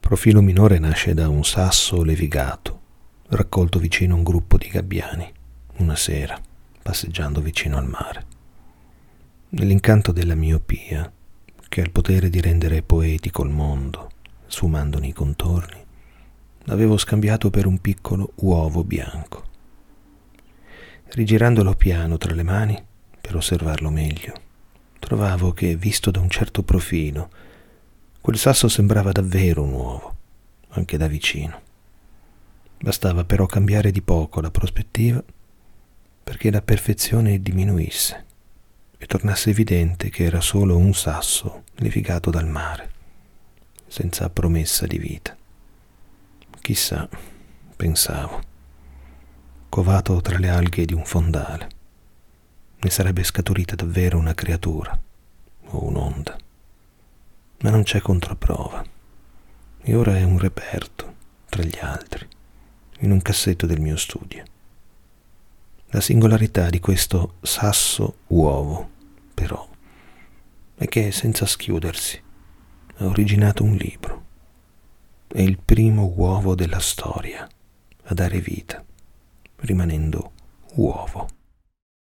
Profilo minore nasce da un sasso levigato, raccolto vicino a un gruppo di gabbiani, una sera, passeggiando vicino al mare. Nell'incanto della miopia, che ha il potere di rendere poetico il mondo, sfumandone i contorni, l'avevo scambiato per un piccolo uovo bianco. Rigirandolo piano tra le mani, per osservarlo meglio, trovavo che, visto da un certo profilo, quel sasso sembrava davvero un uovo, anche da vicino. Bastava però cambiare di poco la prospettiva perché la perfezione diminuisse e tornasse evidente che era solo un sasso levigato dal mare, senza promessa di vita. Chissà, pensavo, covato tra le alghe di un fondale, ne sarebbe scaturita davvero una creatura o un'onda. Ma non c'è controprova, e ora è un reperto tra gli altri, in un cassetto del mio studio. La singolarità di questo sasso uovo, però, è che senza schiudersi ha originato un libro. È il primo uovo della storia a dare vita, rimanendo uovo.